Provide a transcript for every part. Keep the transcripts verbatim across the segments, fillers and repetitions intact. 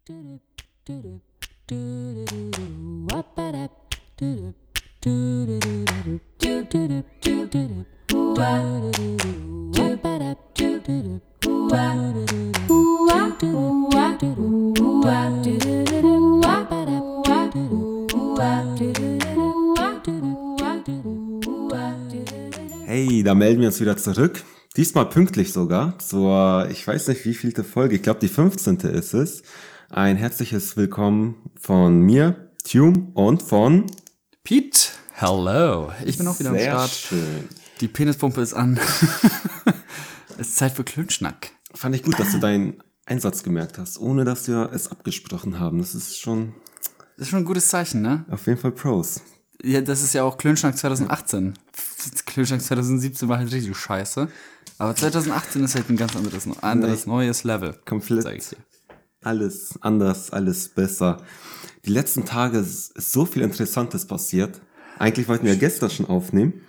Hey, da melden wir uns wieder zurück. Diesmal pünktlich sogar zur, ich weiß nicht wievielte Folge, ich glaube die fünfzehnte ist es. Ein herzliches Willkommen von mir, Tume, und von Pete. Hello. Ich bin auch wieder Sehr am Start. Schön. Die Penispumpe ist an. Es ist Zeit für Klönschnack. Fand ich gut, dass du deinen Einsatz gemerkt hast, ohne dass wir es abgesprochen haben. Das ist schon... Das ist schon ein gutes Zeichen, ne? Auf jeden Fall Pros. Ja, das ist ja auch Klönschnack zwanzig achtzehn. Klönschnack zwanzig siebzehn war halt richtig scheiße. Aber zwanzig achtzehn ist halt ein ganz anderes, anderes neues Level. Komplett sag ich dir. Alles anders, alles besser. Die letzten Tage ist, ist so viel Interessantes passiert. Eigentlich wollten wir gestern schon aufnehmen.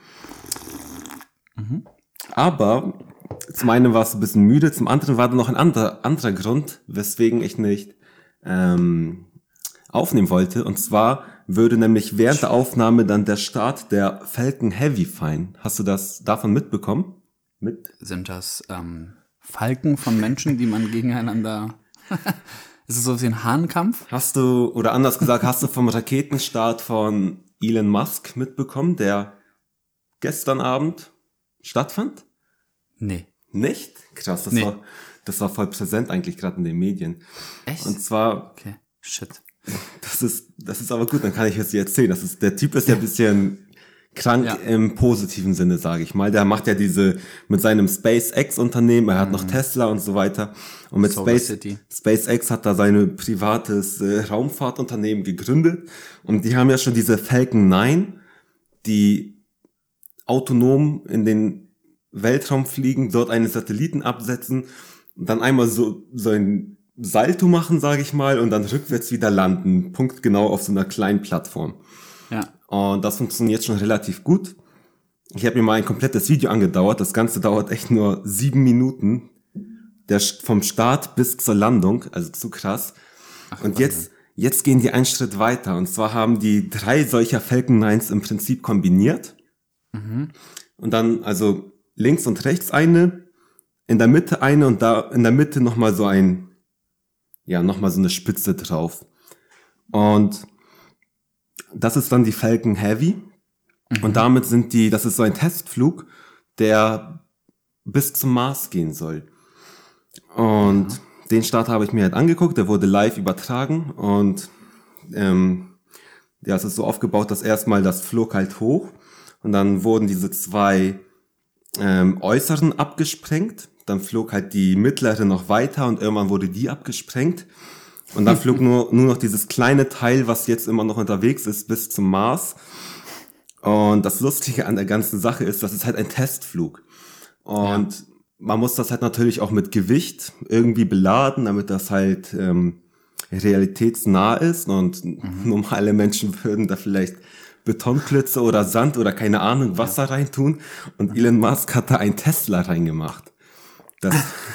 Mhm. Aber zum einen war es ein bisschen müde, zum anderen war da noch ein anderer, anderer Grund, weswegen ich nicht ähm, aufnehmen wollte. Und zwar würde nämlich während der Aufnahme dann der Start der Falcon Heavy fallen. Hast du das davon mitbekommen? Mit? Sind das ähm, Falken von Menschen, die man gegeneinander... Ist es so wie ein Hahnkampf? Hast du, oder anders gesagt, hast du vom Raketenstart von Elon Musk mitbekommen, der gestern Abend stattfand? Nee. Nicht? Krass, das, Nee. war, das war voll präsent eigentlich gerade in den Medien. Echt? Und zwar, Okay, shit. das ist, das ist aber gut, dann kann ich es dir erzählen. Das ist, der Typ ist ja ein bisschen krank Ja. im positiven Sinne, sage ich mal. Der macht ja diese, mit seinem SpaceX-Unternehmen, er hat noch Tesla und so weiter. Und mit Solar Space, City. SpaceX hat da sein privates äh, Raumfahrtunternehmen gegründet. Und die haben ja schon diese Falcon neun, die autonom in den Weltraum fliegen, dort einen Satelliten absetzen und dann einmal so, so ein Salto machen, sage ich mal, und dann rückwärts wieder landen. Punkt genau auf so einer kleinen Plattform. Ja. Und das funktioniert schon relativ gut. Ich habe mir mal ein komplettes Video angedauert. Das Ganze dauert echt nur sieben Minuten. Der vom Start bis zur Landung, also zu krass. Ach, und jetzt, jetzt gehen die einen Schritt weiter. Und zwar haben die drei solcher Falcon neun's im Prinzip kombiniert. Mhm. Und dann also links und rechts eine, in der Mitte eine und da in der Mitte nochmal so ein, ja, nochmal so eine Spitze drauf. Und das ist dann die Falcon Heavy. Mhm. Und damit sind die, das ist so ein Testflug, der bis zum Mars gehen soll. Und ja. Den Start habe ich mir halt angeguckt, der wurde live übertragen und ähm, ja, es ist so aufgebaut, dass erstmal das flog halt hoch und dann wurden diese zwei ähm, äußeren abgesprengt, dann flog halt die mittlere noch weiter und irgendwann wurde die abgesprengt und dann flog nur, nur noch dieses kleine Teil, was jetzt immer noch unterwegs ist, bis zum Mars. Und das Lustige an der ganzen Sache ist, das ist halt ein Testflug und ja. Man muss das halt natürlich auch mit Gewicht irgendwie beladen, damit das halt ähm, realitätsnah ist und mhm. normale Menschen würden da vielleicht Betonklötze oder Sand oder keine Ahnung Wasser ja. reintun und Elon Musk hat da ein Tesla reingemacht. Das,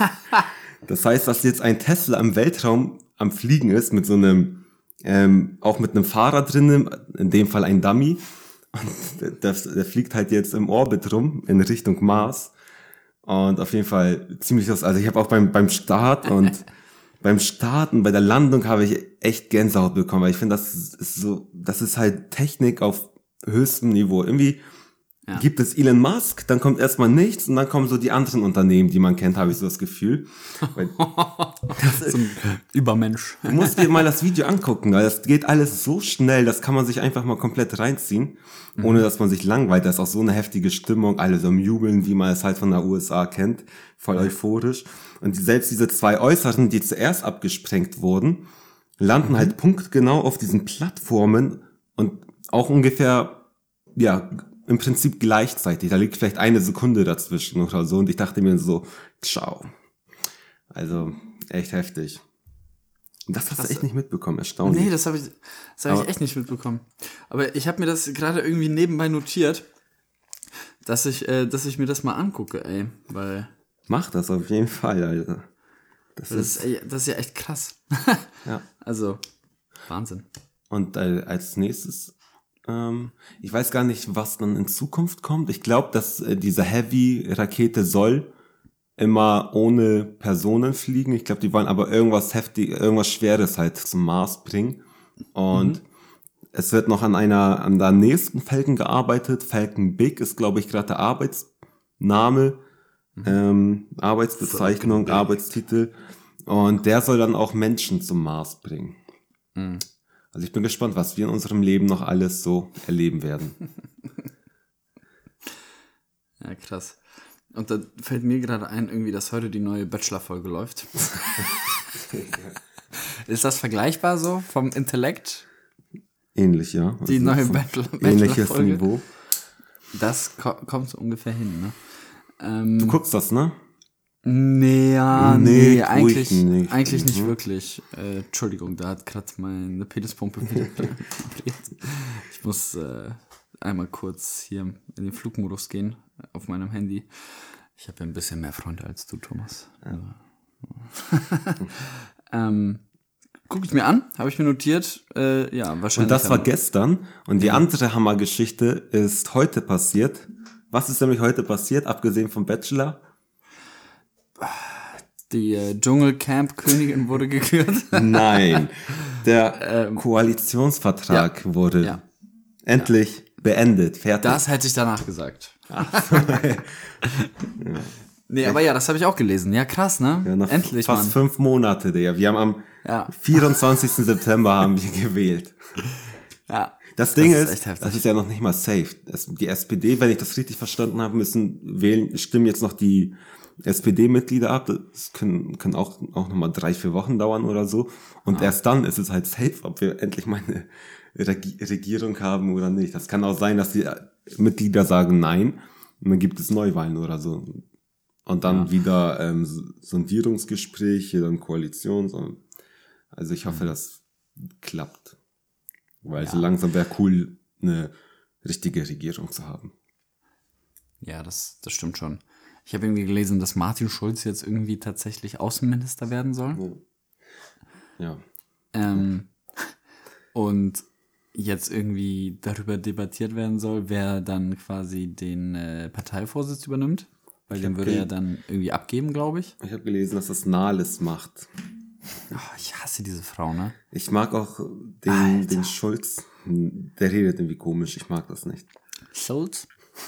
das heißt, dass jetzt ein Tesla im Weltraum am Fliegen ist mit so einem, ähm, auch mit einem Fahrer drinnen, in dem Fall ein Dummy und der, der fliegt halt jetzt im Orbit rum in Richtung Mars. Und auf jeden Fall ziemlich los. Also ich habe auch beim beim Start und beim Starten, bei der Landung habe ich echt Gänsehaut bekommen, weil ich finde, das ist so, das ist halt Technik auf höchstem Niveau. Irgendwie ja. gibt es Elon Musk, dann kommt erstmal nichts und dann kommen so die anderen Unternehmen, die man kennt, habe ich so das Gefühl. Weil das ist ein Übermensch. Du musst dir mal das Video angucken, weil das geht alles so schnell, das kann man sich einfach mal komplett reinziehen, mhm. ohne dass man sich langweilt. Da ist auch so eine heftige Stimmung, alle so am Jubeln, wie man es halt von der U S A kennt, voll euphorisch. Und selbst diese zwei Äußeren, die zuerst abgesprengt wurden, landen mhm. halt punktgenau auf diesen Plattformen und auch ungefähr, ja, im Prinzip gleichzeitig. Da liegt vielleicht eine Sekunde dazwischen oder so. Und ich dachte mir so, ciao. Also, echt heftig. Und das hast du echt nicht mitbekommen, erstaunlich. Nee, das habe ich, das hab ich echt nicht mitbekommen. Aber ich habe mir das gerade irgendwie nebenbei notiert, dass ich, äh, dass ich mir das mal angucke, ey. Weil Mach das auf jeden Fall, Alter. Das, das, ist, ey, das ist ja echt krass. Ja. Also, Wahnsinn. Und äh, als nächstes, ähm, ich weiß gar nicht, was dann in Zukunft kommt. Ich glaube, dass äh, diese Heavy-Rakete soll immer ohne Personen fliegen. Ich glaube, die wollen aber irgendwas heftig, irgendwas Schweres halt zum Mars bringen. Und mhm. es wird noch an einer, an der nächsten Falcon gearbeitet. Falcon Big ist, glaube ich, gerade der Arbeitsname, mhm. ähm, Arbeitsbezeichnung, Arbeitstitel. Und der soll dann auch Menschen zum Mars bringen. Mhm. Also ich bin gespannt, was wir in unserem Leben noch alles so erleben werden. Ja, krass. Und da fällt mir gerade ein, irgendwie, dass heute die neue Bachelor-Folge läuft. Ist das vergleichbar so vom Intellekt? Ähnlich, ja. Die also neue Bachelor- Bachelor-Folge? Ähnliches Niveau. Das ko- kommt so ungefähr hin, ne? Ähm, du guckst das, ne? Nee, ja, nee, nee eigentlich nicht, eigentlich nicht mhm. wirklich. Äh, Entschuldigung, da hat gerade meine Penispumpe wieder vibriert. Ich muss äh, einmal kurz hier in den Flugmodus gehen auf meinem Handy. Ich habe ja ein bisschen mehr Freunde als du, Thomas. Ja. ähm, guck ich mir an, habe ich mir notiert. Äh, ja, wahrscheinlich. Und das war gestern. Und die ja. andere Hammergeschichte ist heute passiert. Was ist nämlich heute passiert, abgesehen vom Bachelor? Die äh, Dschungelcamp-Königin wurde gekürt. Nein, der ähm, Koalitionsvertrag ja, wurde ja. endlich ja. beendet, fertig. Das hätte ich danach gesagt. Ach, ja. Nee, aber ja, das habe ich auch gelesen. Ja, krass, ne? Ja, noch endlich, fast Mann. fünf Monate, Digga. Wir haben am ja. vierundzwanzigsten September haben wir gewählt. Ja. Das Ding das ist, ist das ist ja noch nicht mal safe. Das, die S P D, wenn ich das richtig verstanden habe, müssen wählen, stimmen jetzt noch die S P D-Mitglieder ab. Das können, können auch, auch nochmal drei, vier Wochen dauern oder so. Und ah. erst dann ist es halt safe, ob wir endlich mal eine Regi- Regierung haben oder nicht. Das kann auch sein, dass die Mitglieder sagen nein. Und dann gibt es Neuwahlen oder so. Und dann ja. wieder ähm, Sondierungsgespräche, dann Koalition. Also ich hoffe, mhm. das klappt. Weil ja. so langsam wäre cool, eine richtige Regierung zu haben. Ja, das, das stimmt schon. Ich habe irgendwie gelesen, dass Martin Schulz jetzt irgendwie tatsächlich Außenminister werden soll. Ja. Ähm, und jetzt irgendwie darüber debattiert werden soll, wer dann quasi den äh, Parteivorsitz übernimmt. Weil den würde er dann irgendwie abgeben, glaube ich. Ich habe gelesen, dass das Nahles macht. Oh, ich hasse diese Frau, ne? Ich mag auch den, den Schulz. Der redet irgendwie komisch. Ich mag das nicht. Schulz?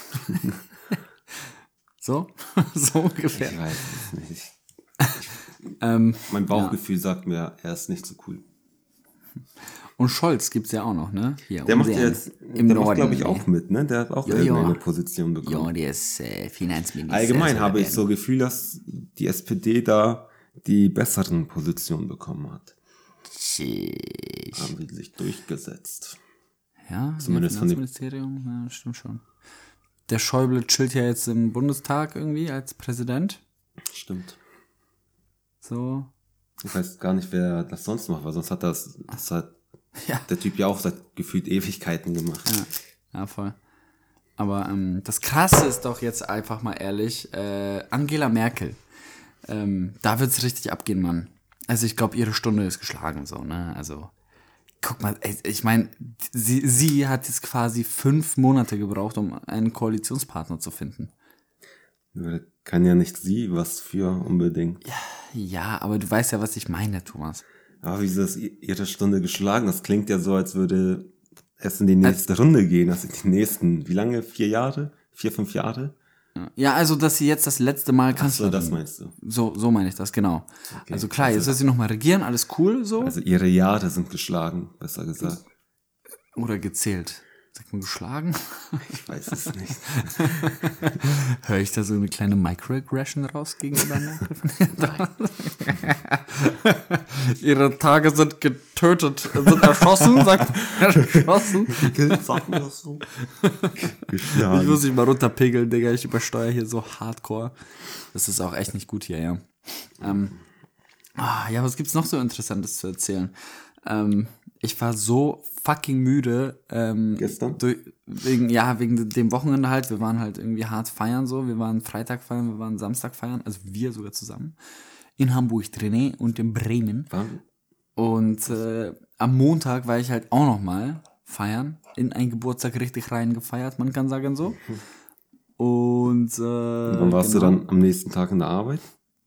so? so ungefähr. Ich weiß es nicht. ähm, mein Bauchgefühl ja. sagt mir, er ist nicht so cool. Und Scholz gibt's ja auch noch, ne? Hier, der macht jetzt, im der macht, glaube ich, auch mit, ne? Der hat auch jo, irgendeine jo. Position bekommen. Ja, der ist äh, Finanzminister. Allgemein habe ich so Gefühl, dass die S P D da die besseren Positionen bekommen hat. Sheesh. Haben die sich durchgesetzt. Ja, zumindest von dem Finanzministerium, ja, stimmt schon. Der Schäuble chillt ja jetzt im Bundestag irgendwie als Präsident. Stimmt. So. Ich weiß gar nicht, wer das sonst macht, weil sonst hat das, das hat ja. der Typ ja auch seit gefühlt Ewigkeiten gemacht. Ja, ja voll. Aber ähm, das Krasse ist doch jetzt einfach mal ehrlich, äh, Angela Merkel. Ähm, da wird's richtig abgehen, Mann. Also ich glaube, ihre Stunde ist geschlagen, so, ne? Also, guck mal, ey, ich meine, sie, sie hat jetzt quasi fünf Monate gebraucht, um einen Koalitionspartner zu finden. Kann ja nicht sie was für unbedingt. Ja, ja, aber du weißt ja, was ich meine, Thomas. Aber wie ist das ihre Stunde geschlagen? Das klingt ja so, als würde es in die nächste als, Runde gehen. Also die nächsten, wie lange? Vier Jahre? Vier, fünf Jahre? Ja, also, dass sie jetzt das letzte Mal Kanzlerin. Ach so, das meinst du. So, so meine ich das, genau. Okay. Also klar, also, jetzt soll sie nochmal regieren, alles cool, so. Also ihre Jahre sind geschlagen, besser gesagt. Oder gezählt. Sagt man geschlagen? Ich weiß es nicht. Höre ich da so eine kleine Microaggression raus gegenüber Merkel? Ihre Tage sind getötet, sind erschossen, sagt erschossen. Sagt man das so? Geschlagen. Ich muss mich mal runterpegeln, Digga, ich übersteuere hier so hardcore. Das ist auch echt nicht gut hier, ja. Ähm, ah, ja, was gibt's noch so Interessantes zu erzählen? Ähm, ich war so fucking müde. Ähm, Gestern? Durch, wegen, ja, wegen dem Wochenende halt. Wir waren halt irgendwie hart feiern so. Wir waren Freitag feiern, wir waren Samstag feiern. Also wir sogar zusammen. In Hamburg drinne und in Bremen. Wann? Und Und äh, am Montag war ich halt auch nochmal feiern, in einen Geburtstag richtig reingefeiert, man kann sagen so. Und äh, Wann warst genau, du dann am nächsten Tag in der Arbeit?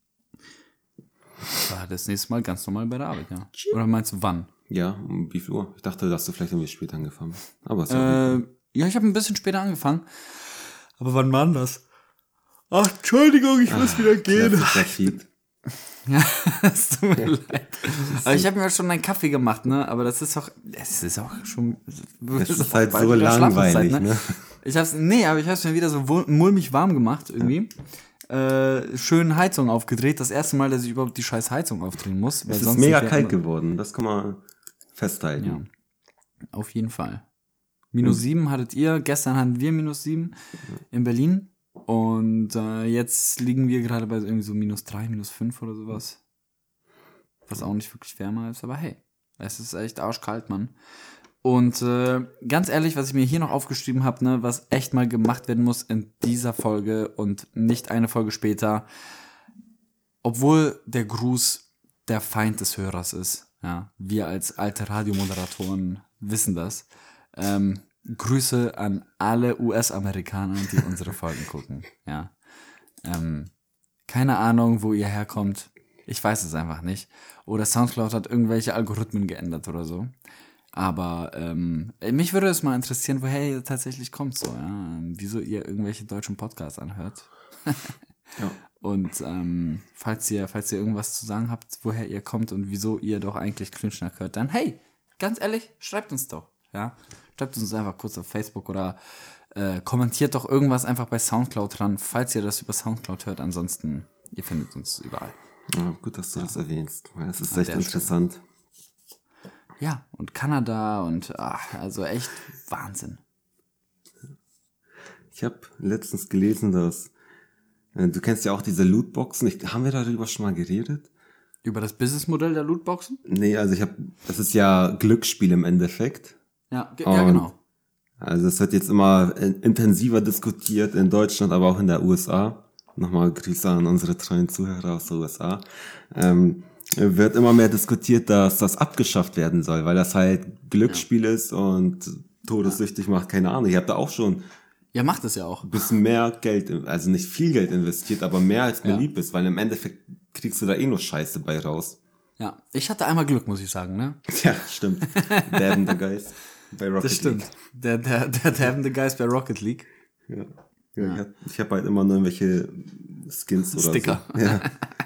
war das nächste Mal ganz normal bei der Arbeit, ja. Oder meinst du wann? Ja, um wie viel Uhr? Ich dachte, dass du vielleicht irgendwie später angefangen bist. Aber ist ja Äh, ja, ich habe ein bisschen später angefangen. Aber wann war denn das? Ach, Entschuldigung, ich muss wieder gehen. klassischer Feed. Ja, es tut mir leid. Aber ich habe mir schon einen Kaffee gemacht, ne? Aber das ist auch, es ist auch schon. Es ist auch halt bald so wieder langweilig, Schlafenszeit, ne? Ich hab's, nee, aber ich hab's mir wieder so wul- mulmig warm gemacht irgendwie. Äh, schön Heizung aufgedreht. Das erste Mal, dass ich überhaupt die scheiß Heizung aufdrehen muss. Weil Es ist sonst mega sind wir kalt immer- geworden, das kann man festhalten. Ja, auf jeden Fall. Minus Hm. sieben hattet ihr, gestern hatten wir minus sieben in Berlin. Und äh, jetzt liegen wir gerade bei irgendwie so minus drei, minus fünf oder sowas. Was auch nicht wirklich wärmer ist, aber hey, es ist echt arschkalt, Mann. Und äh, ganz ehrlich, was ich mir hier noch aufgeschrieben habe, ne, was echt mal gemacht werden muss in dieser Folge und nicht eine Folge später, obwohl der Gruß der Feind des Hörers ist, ja, wir als alte Radiomoderatoren wissen das, ähm, Grüße an alle U S-Amerikaner, die unsere Folgen gucken, ja. Ähm, keine Ahnung, wo ihr herkommt. Ich weiß es einfach nicht. Oder Soundcloud hat irgendwelche Algorithmen geändert oder so. Aber ähm, mich würde es mal interessieren, woher ihr tatsächlich kommt, so, ja. Ähm, Wieso ihr irgendwelche deutschen Podcasts anhört. Ja. Und ähm, falls ihr, falls ihr irgendwas zu sagen habt, woher ihr kommt und wieso ihr doch eigentlich Klünschnack hört, dann hey, ganz ehrlich, schreibt uns doch, ja. Schreibt uns einfach kurz auf Facebook oder äh, kommentiert doch irgendwas einfach bei Soundcloud dran, falls ihr das über Soundcloud hört. Ansonsten, ihr findet uns überall. Ja, gut, dass du das erwähnst. weil Es ist An echt der interessant. Ja, und Kanada und ach, also echt Wahnsinn. Ich habe letztens gelesen, dass äh, du kennst ja auch diese Lootboxen. Ich, haben wir darüber schon mal geredet? Über das Businessmodell der Lootboxen? Nee, also ich habe, das ist ja Glücksspiel im Endeffekt. Ja, ge- ja Und- genau. Also es wird jetzt immer äh, intensiver diskutiert in Deutschland, aber auch in der U S A. Nochmal Grüße an unsere treuen Zuhörer aus der U S A. Ähm, wird immer mehr diskutiert, dass das abgeschafft werden soll, weil das halt Glücksspiel ist und todessüchtig macht, keine Ahnung. Ich habe da auch schon Ja, macht es ja auch. ein bisschen mehr Geld, also nicht viel Geld investiert, aber mehr als mir Ja. lieb ist, weil im Endeffekt kriegst du da eh nur Scheiße bei raus. Ja, ich hatte einmal Glück, muss ich sagen, ne? Ja, stimmt. Damn the Guys bei Rocket Das stimmt. Der, der, der Damn the Guys bei Rocket League. League. Ja. Ja, Ich habe ich hab halt immer nur irgendwelche Skins oder Sticker. so. Ja.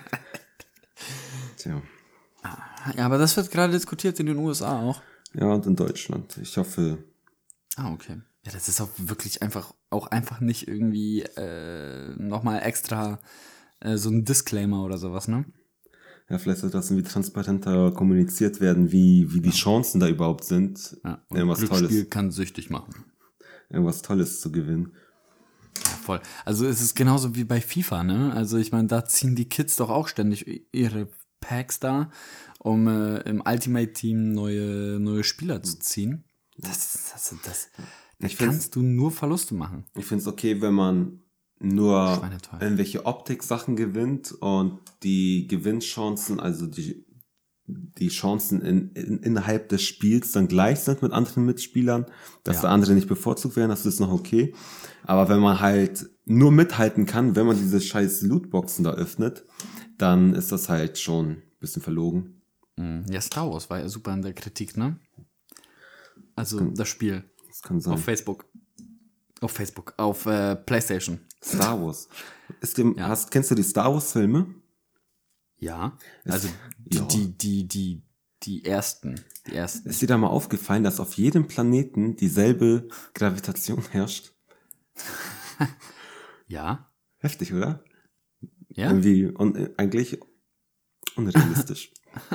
Tja. Ja, aber das wird gerade diskutiert in den U S A auch. Ja, und in Deutschland. Ich hoffe, Ah, okay. Ja, das ist auch wirklich einfach, auch einfach nicht irgendwie äh, nochmal extra äh, so ein Disclaimer oder sowas, ne? ja, vielleicht sollte das irgendwie transparenter kommuniziert werden, wie, wie die Chancen da überhaupt sind, Ja, und irgendwas Glücksspiel Tolles, kann süchtig machen. irgendwas Tolles zu gewinnen. Ja, voll. Also es ist genauso wie bei FIFA, ne? Also ich meine, da ziehen die Kids doch auch ständig ihre Packs da, um äh, im Ultimate-Team neue, neue Spieler zu ziehen. Das, das, das, da Ich find's- kannst du nur Verluste machen. Ich finde es okay, wenn man nur Schweineteuer. irgendwelche Optik-Sachen gewinnt und die Gewinnchancen, also die, die Chancen in, in, innerhalb des Spiels dann gleich sind mit anderen Mitspielern, dass Ja. da andere nicht bevorzugt werden, das ist noch okay. Aber wenn man halt nur mithalten kann, wenn man diese scheiß Lootboxen da öffnet, dann ist das halt schon ein bisschen verlogen. Mhm. Ja, Star Wars war ja super in der Kritik, ne? Also das Spiel. Das kann sein. Auf Facebook. Auf Facebook. Auf äh, PlayStation. Star Wars. Ist dem, Ja. hast, kennst du die Star Wars Filme? Ja. Also die, ja. die, die, die, die ersten. Die ersten. Ist dir da mal aufgefallen, dass auf jedem Planeten dieselbe Gravitation herrscht? Ja. Heftig, oder? Ja. Irgendwie un eigentlich unrealistisch.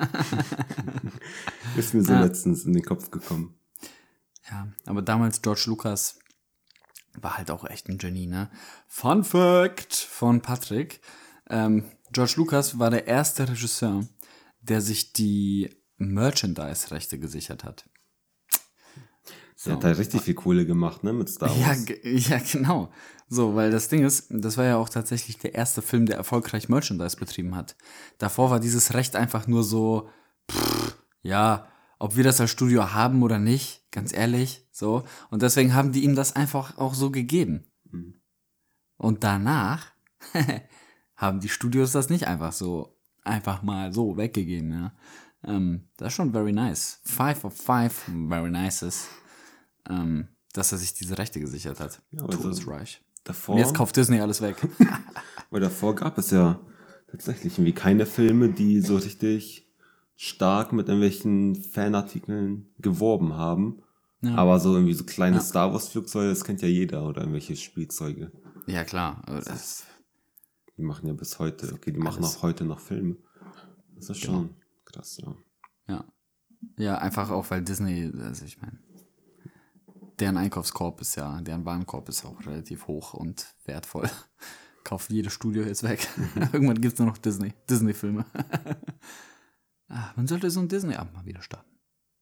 Ist mir so Ja. letztens in den Kopf gekommen. Ja, aber damals George Lucas war halt auch echt ein Genie, ne? Fun Fact von Patrick. Ähm, George Lucas war der erste Regisseur, der sich die Merchandise-Rechte gesichert hat. Der hat da richtig viel Kohle gemacht, ne, mit Star Ja, Wars. ge- ja, genau. So, weil das Ding ist, das war ja auch tatsächlich der erste Film, der erfolgreich Merchandise betrieben hat. Davor war dieses Recht einfach nur so, pff, Ja, ob wir das als Studio haben oder nicht, ganz ehrlich, so. Und deswegen haben die ihm das einfach auch so gegeben. Mhm. Und danach haben die Studios das nicht einfach so, einfach mal so weggegeben, ja. Ähm, das ist schon very nice. Five of five very nices. Ähm, dass er sich diese Rechte gesichert hat. Ja, aber so Todesreich. davor, Und jetzt kauft Disney alles weg. weil davor gab es ja tatsächlich irgendwie keine Filme, die so richtig stark mit irgendwelchen Fanartikeln geworben haben. Ja. Aber so irgendwie so kleine Ja. Star Wars Flugzeuge, das kennt ja jeder, oder irgendwelche Spielzeuge. Ja, klar. aber Das, Die machen ja bis heute, okay, die machen auch heute noch Filme. Das ist schon krass, ja. ja. Ja, einfach auch, weil Disney, also ich meine, deren Einkaufskorb ist ja, deren Warenkorb ist auch relativ hoch und wertvoll. Kauft jedes Studio jetzt weg. Irgendwann gibt es nur noch Disney, Disney-Filme. ah, man sollte so ein Disney-Abend mal wieder starten.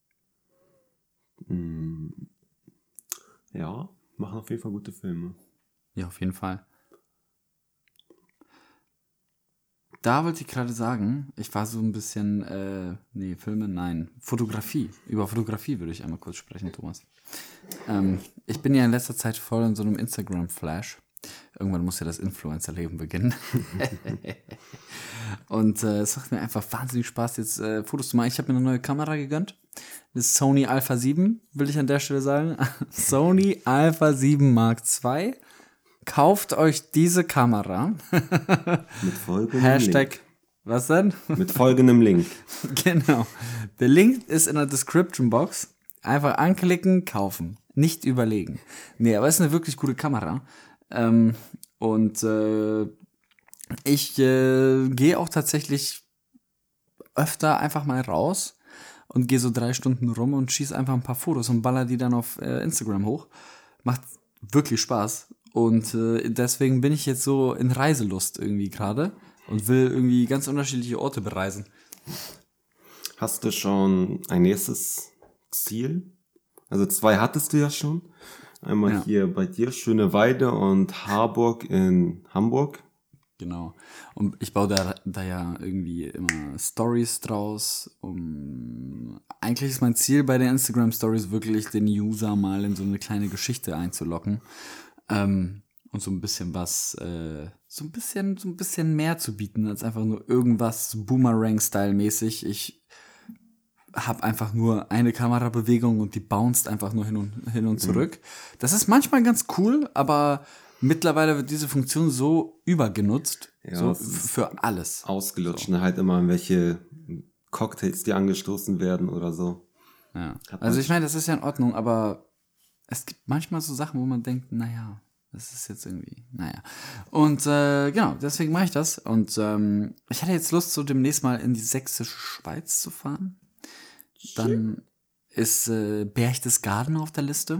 Ja, machen auf jeden Fall gute Filme. Ja, auf jeden Fall. Da wollte ich gerade sagen, ich war so ein bisschen, äh, nee, Filme, nein, Fotografie. Über Fotografie würde ich einmal kurz sprechen, Thomas. Ähm, ich bin ja in letzter Zeit voll in so einem Instagram-Flash. Irgendwann muss ja das Influencer-Leben beginnen. Und äh, es macht mir einfach wahnsinnig Spaß, jetzt äh, Fotos zu machen. Ich habe mir eine neue Kamera gegönnt. Eine Sony Alpha sieben, will ich an der Stelle sagen. Sony Alpha sieben Mark zwei. Kauft euch diese Kamera. Mit folgendem Hashtag, Link. was denn? Mit folgendem Link. Genau. Der Link ist in der Description Box. Einfach anklicken, kaufen. Nicht überlegen. Nee, aber es ist eine wirklich gute Kamera. Ähm, und äh, ich äh, gehe auch tatsächlich öfter einfach mal raus und gehe so drei Stunden rum und schieße einfach ein paar Fotos und baller die dann auf äh, Instagram hoch. Macht wirklich Spaß. Und äh, deswegen bin ich jetzt so in Reiselust irgendwie gerade und will irgendwie ganz unterschiedliche Orte bereisen. Hast du schon ein nächstes Ziel? Also zwei hattest du ja schon. Einmal Ja. hier bei dir, Schöneweide und Harburg in Hamburg. Genau. Und ich baue da, da ja irgendwie immer Stories draus. Um eigentlich ist mein Ziel bei den Instagram Stories wirklich, den User mal in so eine kleine Geschichte einzulocken. Ähm, und so ein bisschen was, äh, so ein bisschen, so ein bisschen mehr zu bieten, als einfach nur irgendwas Boomerang-Style-mäßig. Ich habe einfach nur eine Kamerabewegung und die bounced einfach nur hin und, hin und zurück. Das ist manchmal ganz cool, aber mittlerweile wird diese Funktion so übergenutzt, Ja, so es ist für alles. Ausgelutscht, ne? Halt immer welche Cocktails, die angestoßen werden oder so. Ja. Hat Also man- ich meine, das ist ja in Ordnung, aber es gibt manchmal so Sachen, wo man denkt, naja, das ist jetzt irgendwie, naja. Und äh, genau, deswegen mache ich das. Und ähm, ich hatte jetzt Lust, so demnächst mal in die sächsische Schweiz zu fahren. Dann ist äh, Berchtesgaden auf der Liste.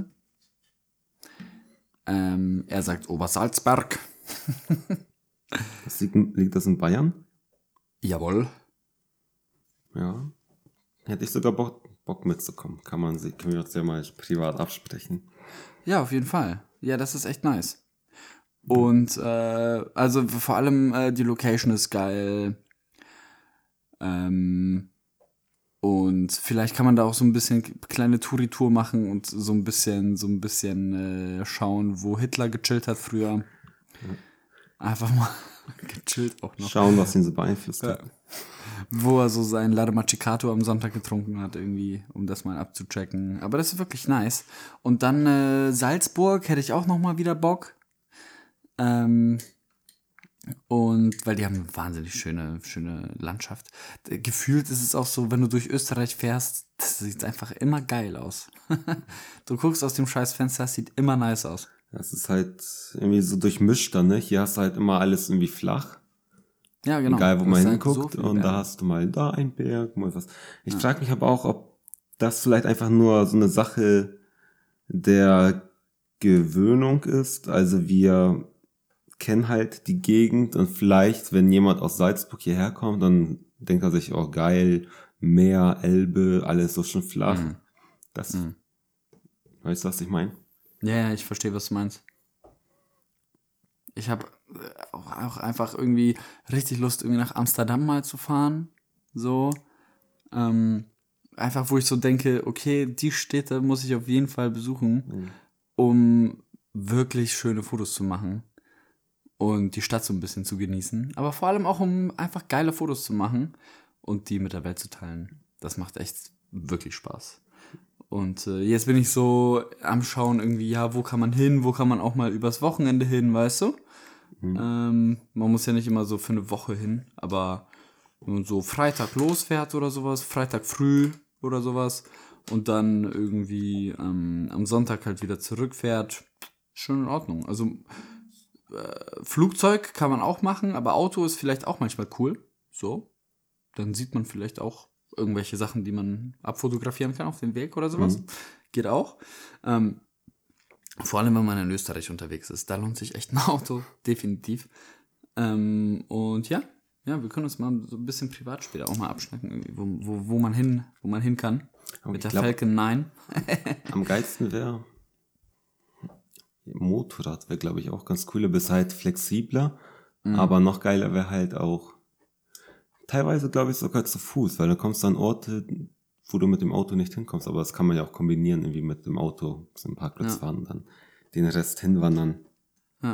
Ähm, er sagt Obersalzberg. Das liegt, liegt das in Bayern? Jawohl. Ja. Hätte ich sogar Bock, Bock mitzukommen. Kann man sich, können wir uns ja mal privat absprechen. Ja, auf jeden Fall. Ja, das ist echt nice. Und äh, also vor allem äh, die Location ist geil. Ähm, und vielleicht kann man da auch so ein bisschen kleine Touri-Tour machen und so ein bisschen, so ein bisschen äh, schauen, wo Hitler gechillt hat früher. Einfach mal gechillt auch noch. Schauen, was ihn so beeinflusst hat. Wo er so sein Latte Macchiato am Sonntag getrunken hat, irgendwie, um das mal abzuchecken. Aber das ist wirklich nice. Und dann äh, Salzburg hätte ich auch noch mal wieder Bock. Ähm, und weil die haben eine wahnsinnig schöne, schöne Landschaft. Äh, Gefühlt ist es auch so, wenn du durch Österreich fährst, das sieht einfach immer geil aus. Du guckst aus dem scheiß Fenster, es sieht immer nice aus. Das ist halt irgendwie so durchmischt dann, ne? Hier hast du halt immer alles irgendwie flach. Ja, genau. Egal, wo Du man hast halt hinguckt. so viele Und da Berge. hast du mal da einen Berg, mal was. Ich frage mich aber auch, ob das vielleicht einfach nur so eine Sache der Gewöhnung ist. Also wir kennen halt die Gegend und vielleicht, wenn jemand aus Salzburg hierher kommt, dann denkt er sich, oh geil, Meer, Elbe, alles so schön flach. Mhm. Das, weißt du, was ich meine? Ja, ja, ich verstehe, was du meinst. Ich habe auch, auch einfach irgendwie richtig Lust, irgendwie nach Amsterdam mal zu fahren. So. Ähm, einfach, wo ich so denke, okay, die Städte muss ich auf jeden Fall besuchen, mhm. um wirklich schöne Fotos zu machen und die Stadt so ein bisschen zu genießen. Aber vor allem auch, um einfach geile Fotos zu machen und die mit der Welt zu teilen. Das macht echt wirklich Spaß. Und äh, jetzt bin ich so am Schauen irgendwie, ja, wo kann man hin, wo kann man auch mal übers Wochenende hin, weißt du? Mhm. Ähm, man muss ja nicht immer so für eine Woche hin, aber wenn man so Freitag losfährt oder sowas, Freitag früh oder sowas und dann irgendwie ähm, am Sonntag halt wieder zurückfährt, schon in Ordnung. Also äh, Flugzeug kann man auch machen, aber Auto ist vielleicht auch manchmal cool. So, dann sieht man vielleicht auch irgendwelche Sachen, die man abfotografieren kann auf dem Weg oder sowas. Mhm. Geht auch. Ähm, vor allem, wenn man in Österreich unterwegs ist. Da lohnt sich echt ein Auto, definitiv. Ähm, und ja, ja, wir können uns mal so ein bisschen privat später auch mal abschnacken, wo, wo, wo man hin, wo man hin kann. Aber mit der glaub, Falcon neun. Am geilsten wäre Motorrad, wäre glaube ich auch ganz cool. Du bist halt flexibler, mhm. aber noch geiler wäre halt auch teilweise, glaube ich, sogar zu Fuß, weil du kommst an Orte, wo du mit dem Auto nicht hinkommst, aber das kann man ja auch kombinieren, irgendwie mit dem Auto zum Parkplatz ja. fahren und dann den Rest hinwandern. Ja.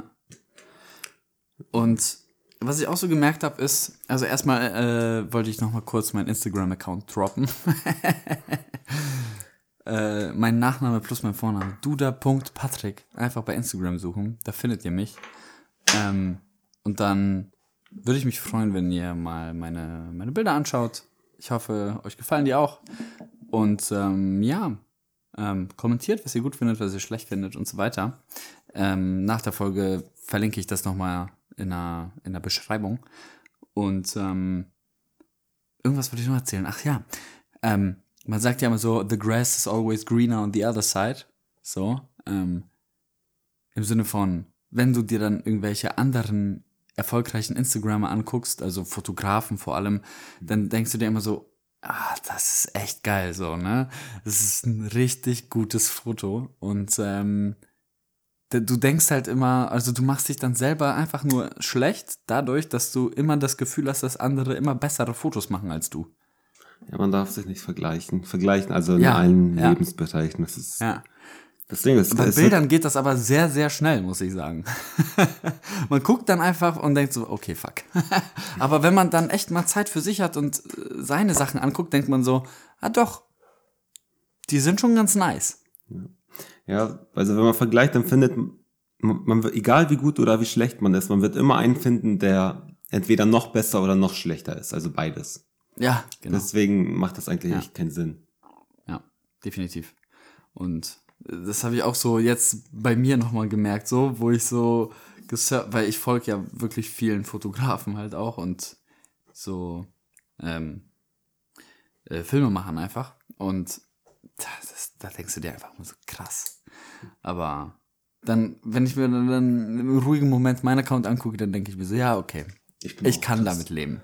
Und was ich auch so gemerkt habe, ist, also erstmal äh, wollte ich noch mal kurz meinen Instagram-Account droppen. äh, mein Nachname plus mein Vorname, duda punkt patrick. Einfach bei Instagram suchen, da findet ihr mich. Ähm, und dann würde ich mich freuen, wenn ihr mal meine, meine Bilder anschaut. Ich hoffe, euch gefallen die auch. Und ähm, ja, ähm, kommentiert, was ihr gut findet, was ihr schlecht findet und so weiter. Ähm, nach der Folge verlinke ich das nochmal in der, in der Beschreibung. Und ähm, irgendwas wollte ich noch erzählen. Ach ja, ähm, man sagt ja immer so, the grass is always greener on the other side. So, ähm, im Sinne von, wenn du dir dann irgendwelche anderen erfolgreichen Instagrammer anguckst, also Fotografen vor allem, dann denkst du dir immer so, ah, das ist echt geil, so, ne? Das ist ein richtig gutes Foto und ähm, du denkst halt immer, also du machst dich dann selber einfach nur schlecht dadurch, dass du immer das Gefühl hast, dass andere immer bessere Fotos machen als du. Ja, man darf sich nicht vergleichen. Vergleichen, also in ja, allen ja. Lebensbereichen. Das ist ja. Das Ding ist, bei Bildern geht das aber sehr, sehr schnell, muss ich sagen. Man guckt dann einfach und denkt so, okay, fuck. Aber wenn man dann echt mal Zeit für sich hat und seine Sachen anguckt, denkt man so, ah doch, die sind schon ganz nice. Ja, ja, also wenn man vergleicht, dann findet man, man, egal wie gut oder wie schlecht man ist, man wird immer einen finden, der entweder noch besser oder noch schlechter ist, also beides. Ja, genau. Deswegen macht das eigentlich ja. echt keinen Sinn. Ja, definitiv. Und das habe ich auch so jetzt bei mir nochmal gemerkt, so, wo ich so gesurft, weil ich folge ja wirklich vielen Fotografen halt auch und so ähm, äh, Filme machen einfach. Und das, da denkst du dir einfach mal so krass. Aber dann, wenn ich mir dann, dann im ruhigen Moment meinen Account angucke, dann denke ich mir so, ja, okay, ich, ich kann krass. damit leben.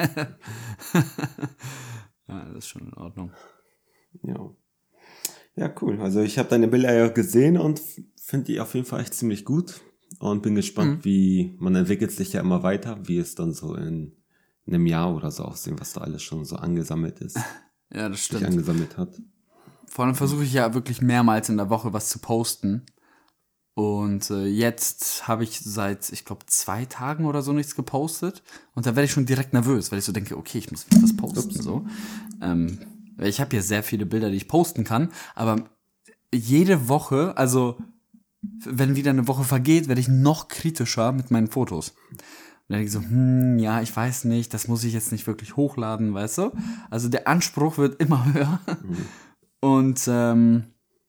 Ja, das ist schon in Ordnung. Ja. Ja, cool. Also ich habe deine Bilder ja gesehen und finde die auf jeden Fall echt ziemlich gut und bin gespannt, mhm. wie, man entwickelt sich ja immer weiter, wie es dann so in, in einem Jahr oder so aussehen, was da alles schon so angesammelt ist. Ja, das stimmt. Sich angesammelt hat. Vor allem versuche ich ja wirklich mehrmals in der Woche was zu posten. Und äh, jetzt habe ich seit, ich glaube, zwei Tagen oder so nichts gepostet. Und da werde ich schon direkt nervös, weil ich so denke, okay, ich muss wieder was posten. So. Ähm, ich habe ja sehr viele Bilder, die ich posten kann. Aber jede Woche, also wenn wieder eine Woche vergeht, werde ich noch kritischer mit meinen Fotos. Und dann denke ich so, hm, ja, ich weiß nicht, das muss ich jetzt nicht wirklich hochladen, weißt du? Also der Anspruch wird immer höher. Mhm. Und ähm,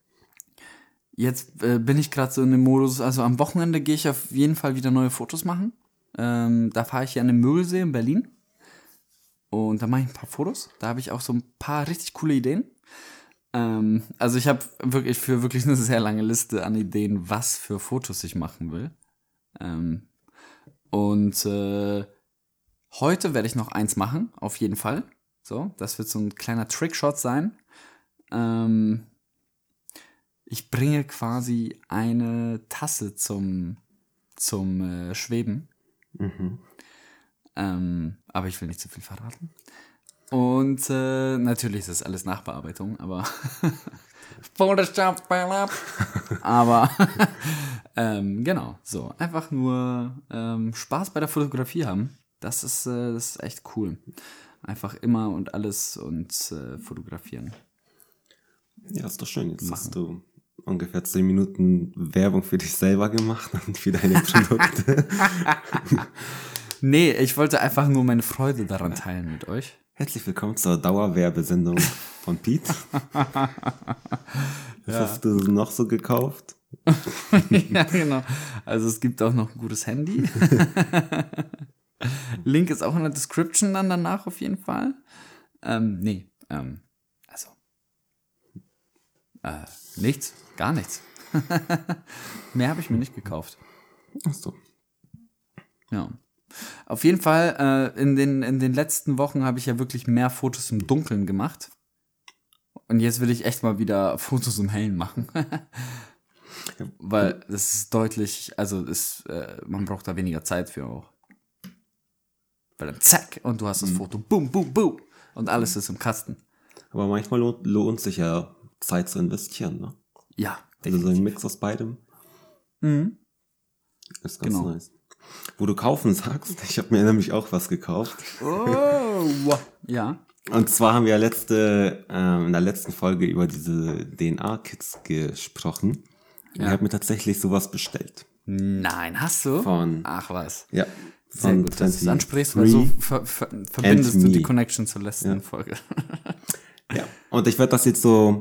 jetzt äh, bin ich gerade so in dem Modus, also am Wochenende gehe ich auf jeden Fall wieder neue Fotos machen. Ähm, da fahre ich ja an den Mögelsee in Berlin. Und da mache ich ein paar Fotos. Da habe ich auch so ein paar richtig coole Ideen. Ähm, also ich habe wirklich für wirklich eine sehr lange Liste an Ideen, was für Fotos ich machen will. Ähm, und äh, heute werde ich noch eins machen, auf jeden Fall. So, das wird so ein kleiner Trickshot sein. Ähm, ich bringe quasi eine Tasse zum, zum äh, Schweben. Mhm. Ähm, aber ich will nicht zu viel verraten. Und äh, natürlich ist das alles Nachbearbeitung, aber Photoshop, aber ähm, genau, so. Einfach nur ähm, Spaß bei der Fotografie haben. Das ist, äh, das ist echt cool. Einfach immer und alles und äh, fotografieren. Ja, ist doch schön. Jetzt machen. Hast du ungefähr zehn Minuten Werbung für dich selber gemacht und für deine Produkte. Nee, ich wollte einfach nur meine Freude daran teilen mit euch. Herzlich willkommen zur Dauerwerbesendung von Pete. Was ja. hast du noch so gekauft? Ja, genau. Also es gibt auch noch ein gutes Handy. Link ist auch in der Description dann danach auf jeden Fall. Ähm, nee, ähm, also äh, nichts, gar nichts. Mehr habe ich mir nicht gekauft. Ach so. Ja. Auf jeden Fall, äh, in den, in den letzten Wochen habe ich ja wirklich mehr Fotos im Dunkeln gemacht. Und jetzt will ich echt mal wieder Fotos im Hellen machen. Weil das ist deutlich, also ist, äh, man braucht da weniger Zeit für auch. Weil dann zack, und du hast das mhm. Foto, boom, boom, boom. Und alles ist im Kasten. Aber manchmal lohnt, lohnt sich ja Zeit zu investieren, ne? Ja. Also so ein Mix aus beidem. Mhm. Ist ganz genau. nice. Wo du kaufen sagst, ich habe mir nämlich auch was gekauft. Oh, ja. Und zwar haben wir ja letzte, äh, in der letzten Folge über diese D N A-Kits gesprochen. Ja. Ich habe mir tatsächlich sowas bestellt. Nein, hast du? Von, Ach was. Ja. Sehr gut, dass du es ansprichst, weil so ver- ver- verbindest du die Connection zur letzten ja. Folge. Ja, und ich werde das jetzt so,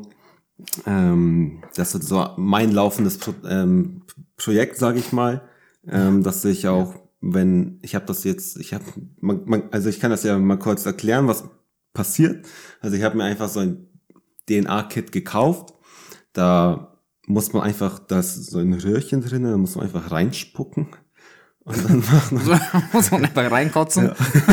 ähm, das wird so mein laufendes Pro- ähm, Projekt, sage ich mal, ähm, dass ich auch, wenn, ich habe das jetzt, ich habe, man, man, also ich kann das ja mal kurz erklären, was passiert. Also ich habe mir einfach so ein D N A-Kit gekauft, da muss man einfach, das so ein Röhrchen drin, da muss man einfach reinspucken. Und dann macht man, muss man einfach reinkotzen.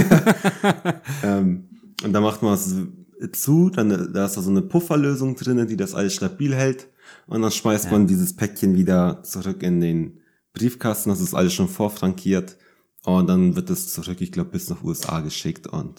Ja. ähm, und dann macht man es zu, dann da ist da so eine Pufferlösung drin, die das alles stabil hält. Und dann schmeißt ja. man dieses Päckchen wieder zurück in den Briefkasten. Das ist alles schon vorfrankiert. Und dann wird es zurück, ich glaube, bis nach U S A geschickt. Und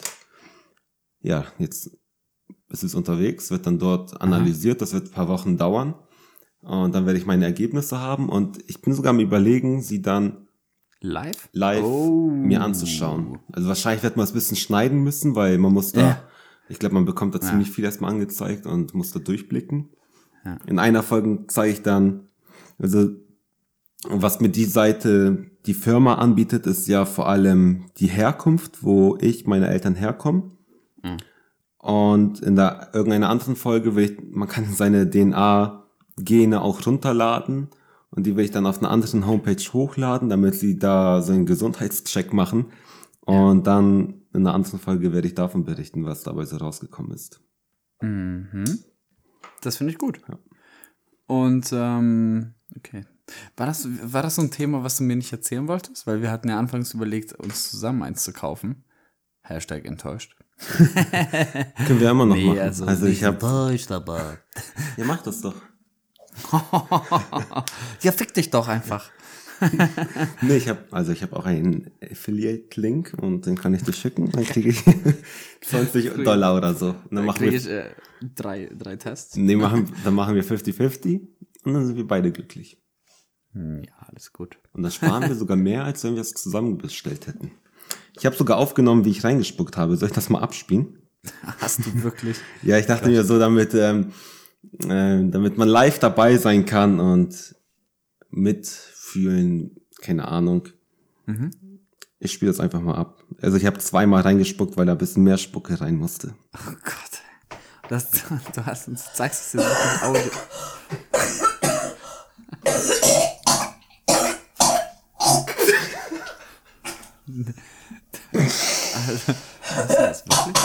ja, jetzt ist es unterwegs, wird dann dort analysiert. Das wird ein paar Wochen dauern. Und dann werde ich meine Ergebnisse haben. Und ich bin sogar am Überlegen, sie dann Live? Live oh. mir anzuschauen. Also wahrscheinlich wird man es ein bisschen schneiden müssen, weil man muss da, ja. ich glaube, man bekommt da ja. ziemlich viel erstmal angezeigt und muss da durchblicken. Ja. In einer Folge zeige ich dann, also was mir die Seite, die Firma anbietet, ist ja vor allem die Herkunft, wo ich, meine Eltern herkommen. Mhm. Und in der irgendeiner anderen Folge will ich, man kann seine D N A-Gene auch runterladen. Und die will ich dann auf einer anderen Homepage hochladen, damit sie da so einen Gesundheitscheck machen. Und dann in einer anderen Folge werde ich davon berichten, was dabei so rausgekommen ist. Mhm. Das finde ich gut. Ja. Und, ähm, okay. War das, war das so ein Thema, was du mir nicht erzählen wolltest? Weil wir hatten ja anfangs überlegt, uns zusammen eins zu kaufen. Hashtag enttäuscht. Können wir immer noch nee, machen. Also, also ich habe enttäuscht, aber... Ja, mach das doch. Ja, fick dich doch einfach. Nee, ich habe also ich habe auch einen Affiliate-Link und den kann ich dir schicken. Dann kriege ich zwanzig Dollar oder so. Und dann, dann machen kriege wir ich äh, drei, drei Tests. Nee, machen, dann machen wir fünfzig fünfzig und dann sind wir beide glücklich. Ja, alles gut. Und dann sparen wir sogar mehr, als wenn wir es zusammen bestellt hätten. Ich habe sogar aufgenommen, wie ich reingespuckt habe. Soll ich das mal abspielen? Hast du wirklich? Ja, ich dachte mir so, damit ähm, äh, damit man live dabei sein kann und mitfühlen, keine Ahnung. Mhm. Ich spiele das einfach mal ab. Also ich habe zweimal reingespuckt, weil da ein bisschen mehr Spucke rein musste. Oh Gott. Das, du hast uns, zeigst es dir wirklich Audio. Also, hast du das wirklich?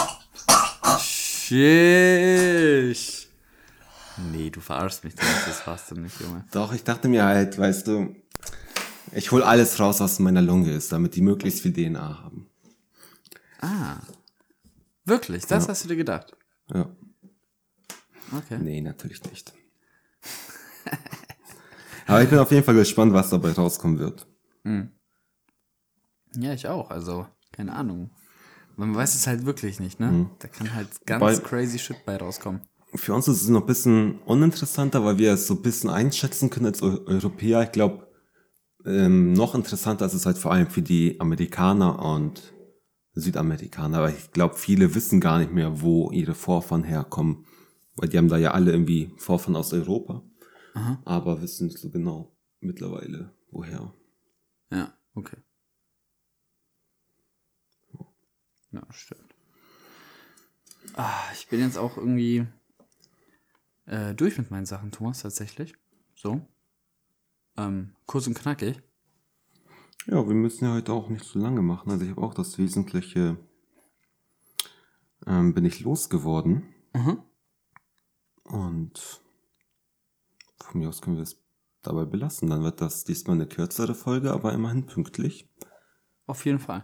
Sheesh. Nee, du verarschst mich, das hast du nicht, Junge. Doch, ich dachte mir halt, weißt du, ich hol alles raus, was in meiner Lunge ist, damit die möglichst viel D N A haben. Ah. Wirklich? Das ja. hast du dir gedacht? Ja. Okay. Nee, natürlich nicht. Aber ich bin auf jeden Fall gespannt, was dabei rauskommen wird. Mhm. Ja, ich auch. Also, keine Ahnung. Man weiß es halt wirklich nicht, ne? Mhm. Da kann halt ganz Weil- crazy Shit bei rauskommen. Für uns ist es noch ein bisschen uninteressanter, weil wir es so ein bisschen einschätzen können als Eu- Europäer. Ich glaube, ähm, noch interessanter ist es halt vor allem für die Amerikaner und Südamerikaner. Weil ich glaube, viele wissen gar nicht mehr, wo ihre Vorfahren herkommen. Weil die haben da ja alle irgendwie Vorfahren aus Europa. Aha. Aber wissen nicht so genau mittlerweile, woher. Ja, okay. Ja, stimmt. Ah, ich bin jetzt auch irgendwie äh, durch mit meinen Sachen, Thomas, tatsächlich. So. Ähm, kurz und knackig. Ja, wir müssen ja heute auch nicht so lange machen. Also ich habe auch das Wesentliche ähm, bin ich losgeworden. Mhm. Und von mir aus können wir es dabei belassen. Dann wird das diesmal eine kürzere Folge, aber immerhin pünktlich. Auf jeden Fall.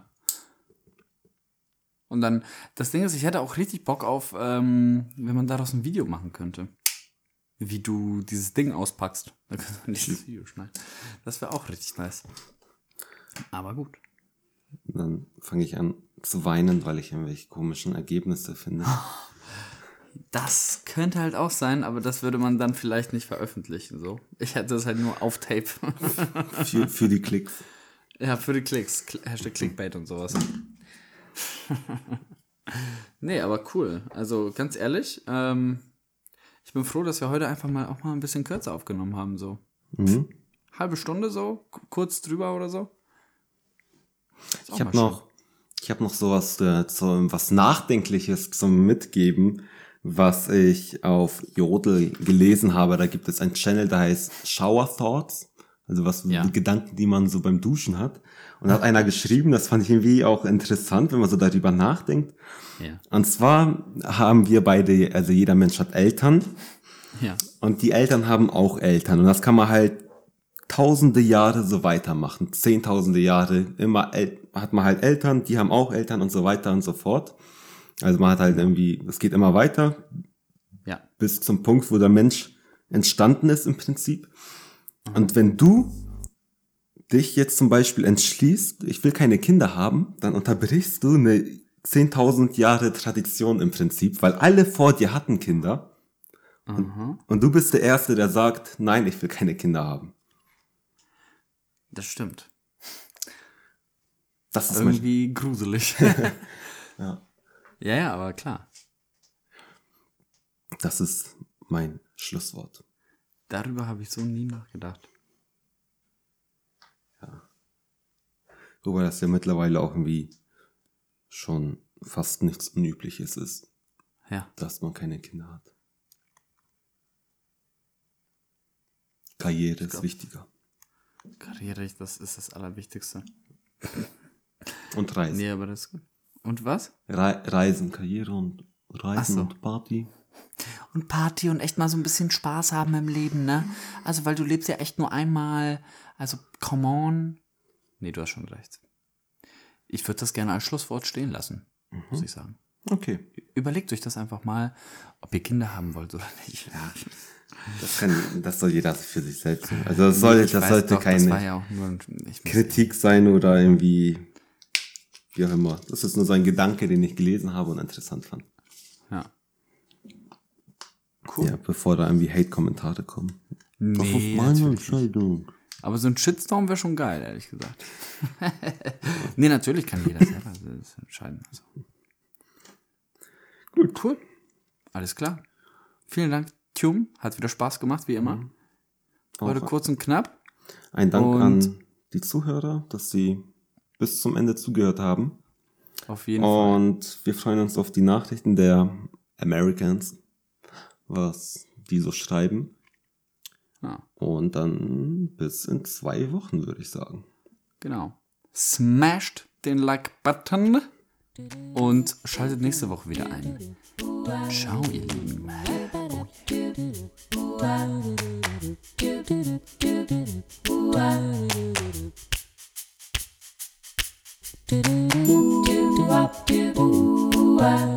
Und dann, das Ding ist, ich hätte auch richtig Bock auf, ähm, wenn man daraus ein Video machen könnte. Wie du dieses Ding auspackst. Dann könnte man dieses Video schneiden. Das wäre auch richtig nice. Aber gut. Und dann fange ich an zu weinen, weil ich irgendwelche komischen Ergebnisse finde. Das könnte halt auch sein, aber das würde man dann vielleicht nicht veröffentlichen. So. Ich hätte das halt nur auf Tape. für, für die Klicks. Ja, für die Klicks. Kl- Hashtag Clickbait und sowas. Nee, aber cool. Also ganz ehrlich, ähm, ich bin froh, dass wir heute einfach mal auch mal ein bisschen kürzer aufgenommen haben. So. Mhm. Halbe Stunde so, k- kurz drüber oder so. Ist auch Ich habe mal noch, ich habe noch sowas, äh, so, was Nachdenkliches zum Mitgeben, was ich auf Jodel gelesen habe. Da gibt es einen Channel, der heißt Shower Thoughts. Also was Ja. die Gedanken, die man so beim Duschen hat. Und da hat einer geschrieben, das fand ich irgendwie auch interessant, wenn man so darüber nachdenkt. schön. Ja. Und zwar haben wir beide, also jeder Mensch hat Eltern. Ja. Und die Eltern haben auch Eltern. Und das kann man halt tausende Jahre so weitermachen. Zehntausende Jahre. Immer El- hat man halt Eltern, die haben auch Eltern und so weiter und so fort. Also man hat halt irgendwie, es geht immer weiter Ja. bis zum Punkt, wo der Mensch entstanden ist im Prinzip. Und wenn du dich jetzt zum Beispiel entschließt, ich will keine Kinder haben, dann unterbrichst du eine zehntausend Jahre Tradition im Prinzip, weil alle vor dir hatten Kinder. Mhm. Und du bist der Erste, der sagt, nein, ich will keine Kinder haben. Das stimmt. Das ist mein, Irgendwie gruselig. ja, Ja, ja, aber klar. das ist mein Schlusswort. Darüber habe ich so nie nachgedacht. Wobei das ja mittlerweile auch irgendwie schon fast nichts Unübliches ist, Ja. dass man keine Kinder hat. Karriere ist glaub- wichtiger. Karriere, das ist das Allerwichtigste. Und Reisen. Nee, aber das ist gut. Und was? Rei- Reisen, Karriere und Reisen Ach so. und Party. Und Party und echt mal so ein bisschen Spaß haben im Leben, ne? Also, weil du lebst ja echt nur einmal. Also, come on. Nee, du hast schon recht. Ich würde das gerne als Schlusswort stehen lassen, muss ich sagen. Okay. Überlegt euch das einfach mal, ob ihr Kinder haben wollt oder nicht. Ja, Das, kann, das soll jeder für sich selbst tun. Also das, soll, ich das weiß sollte doch, keine das war ja auch nur ein, ich muss- Kritik sein oder irgendwie, wie auch immer. Das ist nur so ein Gedanke, den ich gelesen habe und interessant fand. Ja. Cool. Ja, bevor da irgendwie Hate-Kommentare kommen. Nee, das ist meine natürlich Entscheidung. Aber so ein Shitstorm wäre schon geil, ehrlich gesagt. Nee, natürlich kann jeder selber das entscheiden. Also. Gut, cool. Alles klar. Vielen Dank, Tjum. Hat wieder Spaß gemacht, wie immer. Heute Auch kurz und knapp. ein Dank Und- an die Zuhörer, dass sie bis zum Ende zugehört haben. Auf jeden Fall. Und wir freuen uns auf die Nachrichten der Americans, was die so schreiben. Ja, Und dann bis in zwei Wochen, würde ich sagen. genau. Smasht den Like-Button und schaltet nächste Woche wieder ein. Ciao, ihr Lieben. Do do do do do do do do.